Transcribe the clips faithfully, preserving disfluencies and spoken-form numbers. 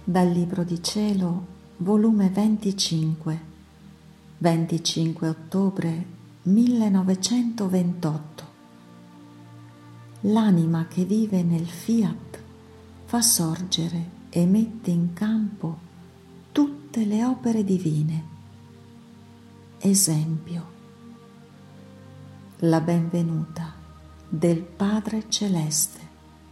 Dal Libro di Cielo, volume venticinque, venticinque ottobre millenovecentoventotto. L'anima che vive nel Fiat fa sorgere e mette in campo tutte le opere divine. Esempio: la benvenuta del Padre Celeste.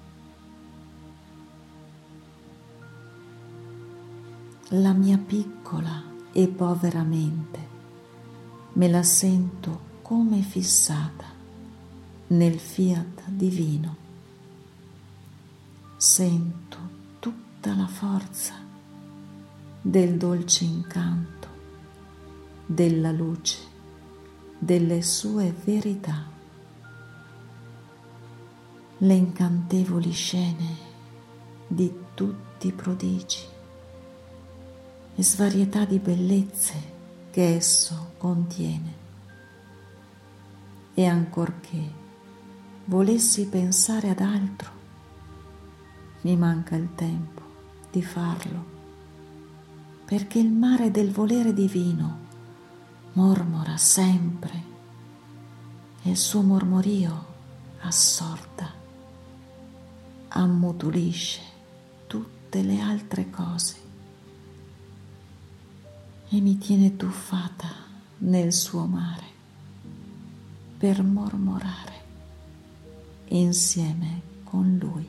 La mia piccola e povera mente me la sento come fissata nel Fiat divino. Sento tutta la forza del dolce incanto, della luce, delle sue verità. Le incantevoli scene di tutti i prodigi e svarietà di bellezze che esso contiene. E ancorché volessi pensare ad altro, mi manca il tempo di farlo, perché il mare del volere divino mormora sempre e il suo mormorio assorda, ammutolisce tutte le altre cose e mi tiene tuffata nel suo mare per mormorare insieme con lui.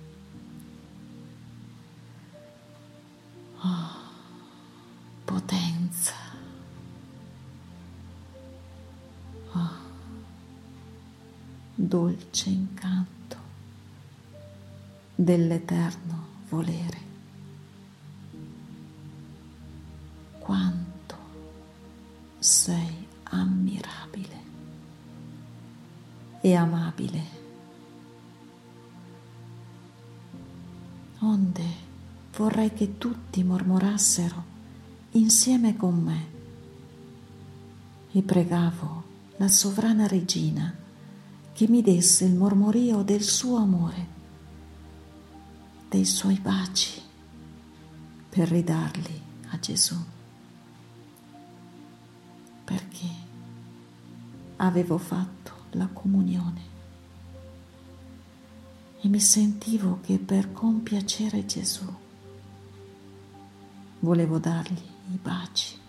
Oh, potenza! Oh, dolce incanto dell'eterno volere! Quanto sei ammirabile e amabile, onde vorrei che tutti mormorassero insieme con me, e pregavo la sovrana regina che mi desse il mormorio del suo amore, dei suoi baci, per ridarli a Gesù, perché avevo fatto la comunione e mi sentivo che per compiacere Gesù volevo dargli i baci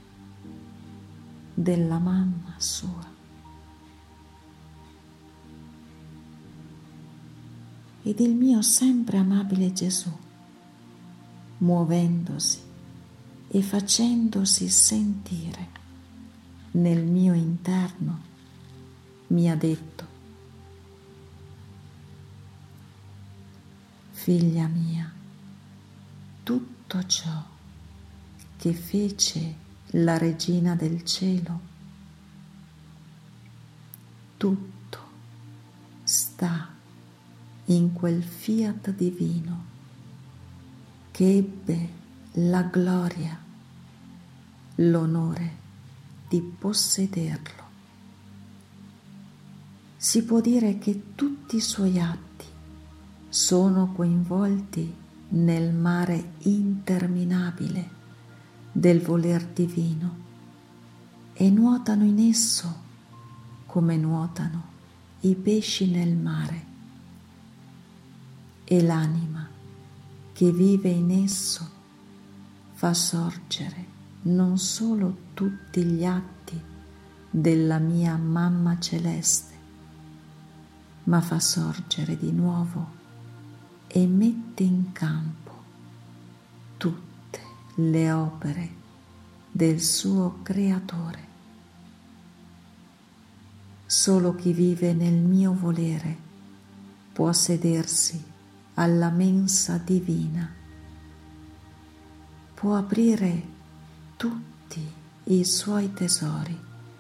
della mamma sua. Ed il mio sempre amabile Gesù, muovendosi e facendosi sentire nel mio interno, mi ha detto: figlia mia, tutto ciò che fece la regina del cielo, tutto sta in quel Fiat divino che ebbe la gloria, l'onore di possederlo. Si può dire che tutti i suoi atti sono coinvolti nel mare interminabile del voler divino e nuotano in esso come nuotano i pesci nel mare, e l'anima che vive in esso fa sorgere non solo tutti gli atti della mia mamma celeste, ma fa sorgere di nuovo e mette in campo tutte le opere del suo Creatore. Solo chi vive nel mio volere può sedersi alla mensa divina, può aprire tutti i suoi tesori,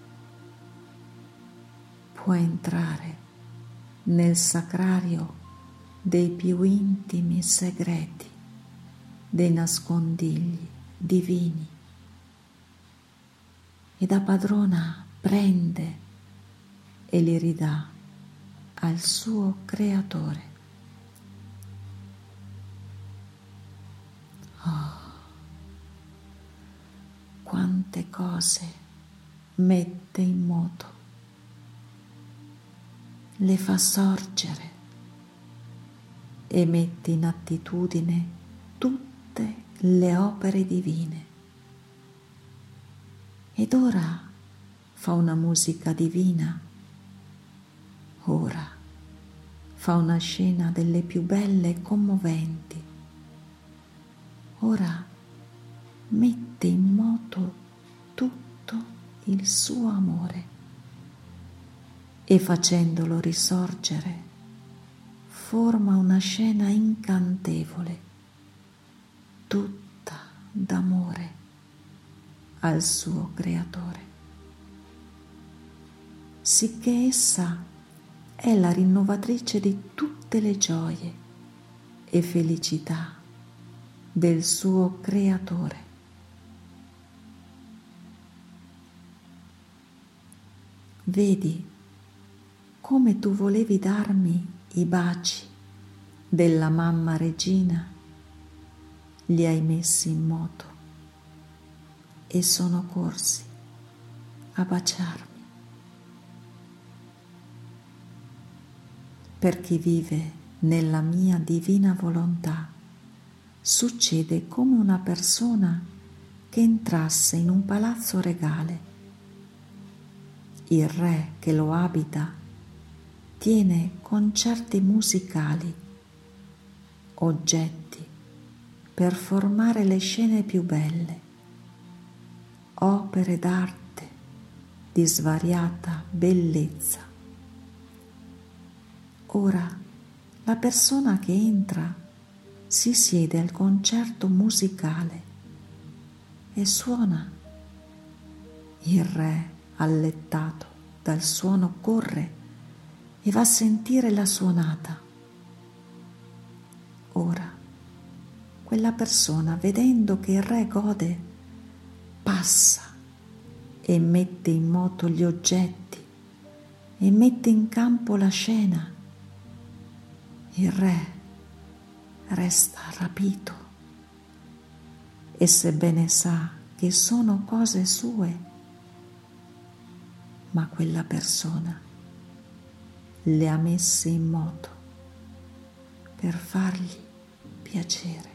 può entrare nel sacrario dei più intimi segreti, dei nascondigli divini, e da padrona prende e li ridà al suo Creatore. Oh, quante cose mette in moto, le fa sorgere e mette in attitudine tutte le opere divine. Ed ora fa una musica divina, ora fa una scena delle più belle e commoventi, ora mette in moto tutto il suo amore e facendolo risorgere forma una scena incantevole, tutta d'amore al suo creatore, sicché essa è la rinnovatrice di tutte le gioie e felicità del suo creatore. Vedi come tu volevi darmi i baci della mamma regina, li hai messi in moto e sono corsi a baciarmi. Per chi vive nella mia divina volontà, succede come una persona che entrasse in un palazzo regale. Il re che lo abita tiene concerti musicali, oggetti per formare le scene più belle, opere d'arte di svariata bellezza. Ora la persona che entra si siede al concerto musicale e suona. Il re, allettato dal suono, corre e va a sentire la suonata. Ora quella persona, vedendo che il re gode, passa e mette in moto gli oggetti e mette in campo la scena. Il re resta rapito e sebbene sa che sono cose sue, ma quella persona le ha messe in moto per fargli piacere.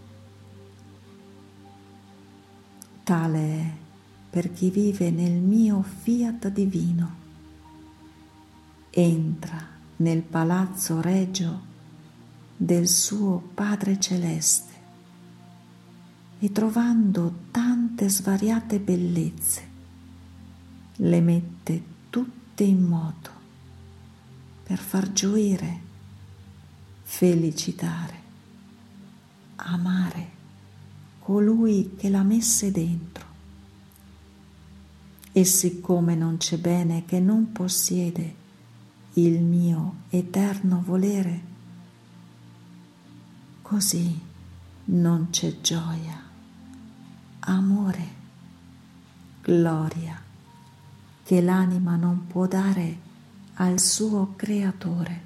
Tale è per chi vive nel mio fiat divino, entra nel palazzo regio del suo Padre Celeste e trovando tante svariate bellezze le mette tutte in moto per far gioire, felicitare, amare colui che l'ha messe dentro. E siccome non c'è bene che non possiede il mio eterno volere, così non c'è gioia, amore, gloria che l'anima non può dare al suo creatore.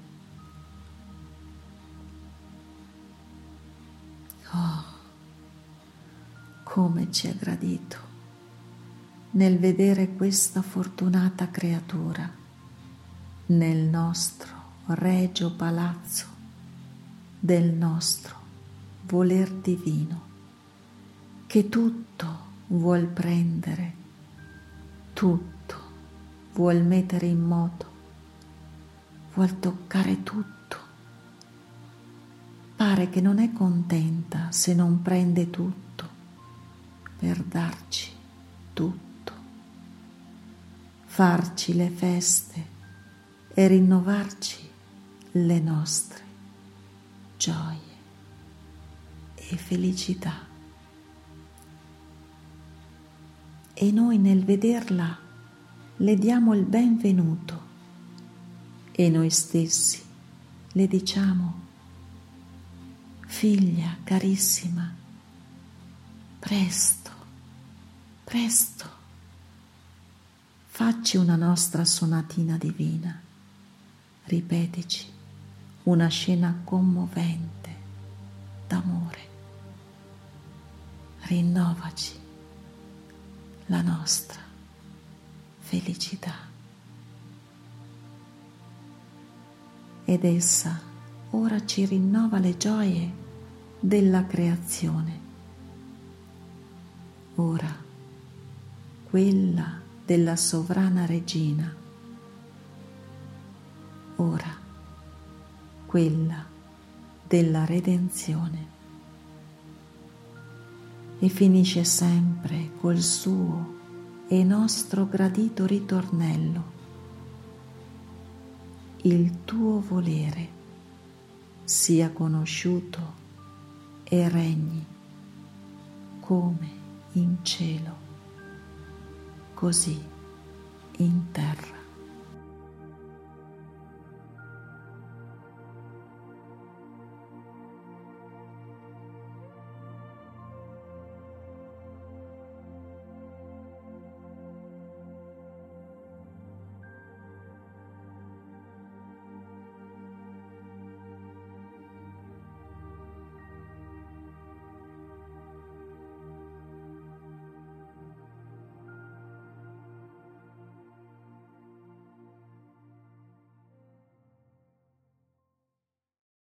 Oh, come ci è gradito nel vedere questa fortunata creatura nel nostro regio palazzo del nostro voler divino, che tutto vuol prendere, tutto vuol mettere in moto, vuol toccare tutto. Pare che non è contenta se non prende tutto per darci tutto, farci le feste e rinnovarci le nostre gioie e felicità. E noi nel vederla le diamo il benvenuto e noi stessi le diciamo: figlia carissima, presto, presto, facci una nostra sonatina divina, ripetici una scena commovente d'amore, rinnovaci la nostra felicità. Ed essa ora ci rinnova le gioie della creazione. Ora quella della sovrana regina, ora quella della redenzione, e finisce sempre col suo e nostro gradito ritornello: il tuo volere sia conosciuto e regni come in cielo, così in terra.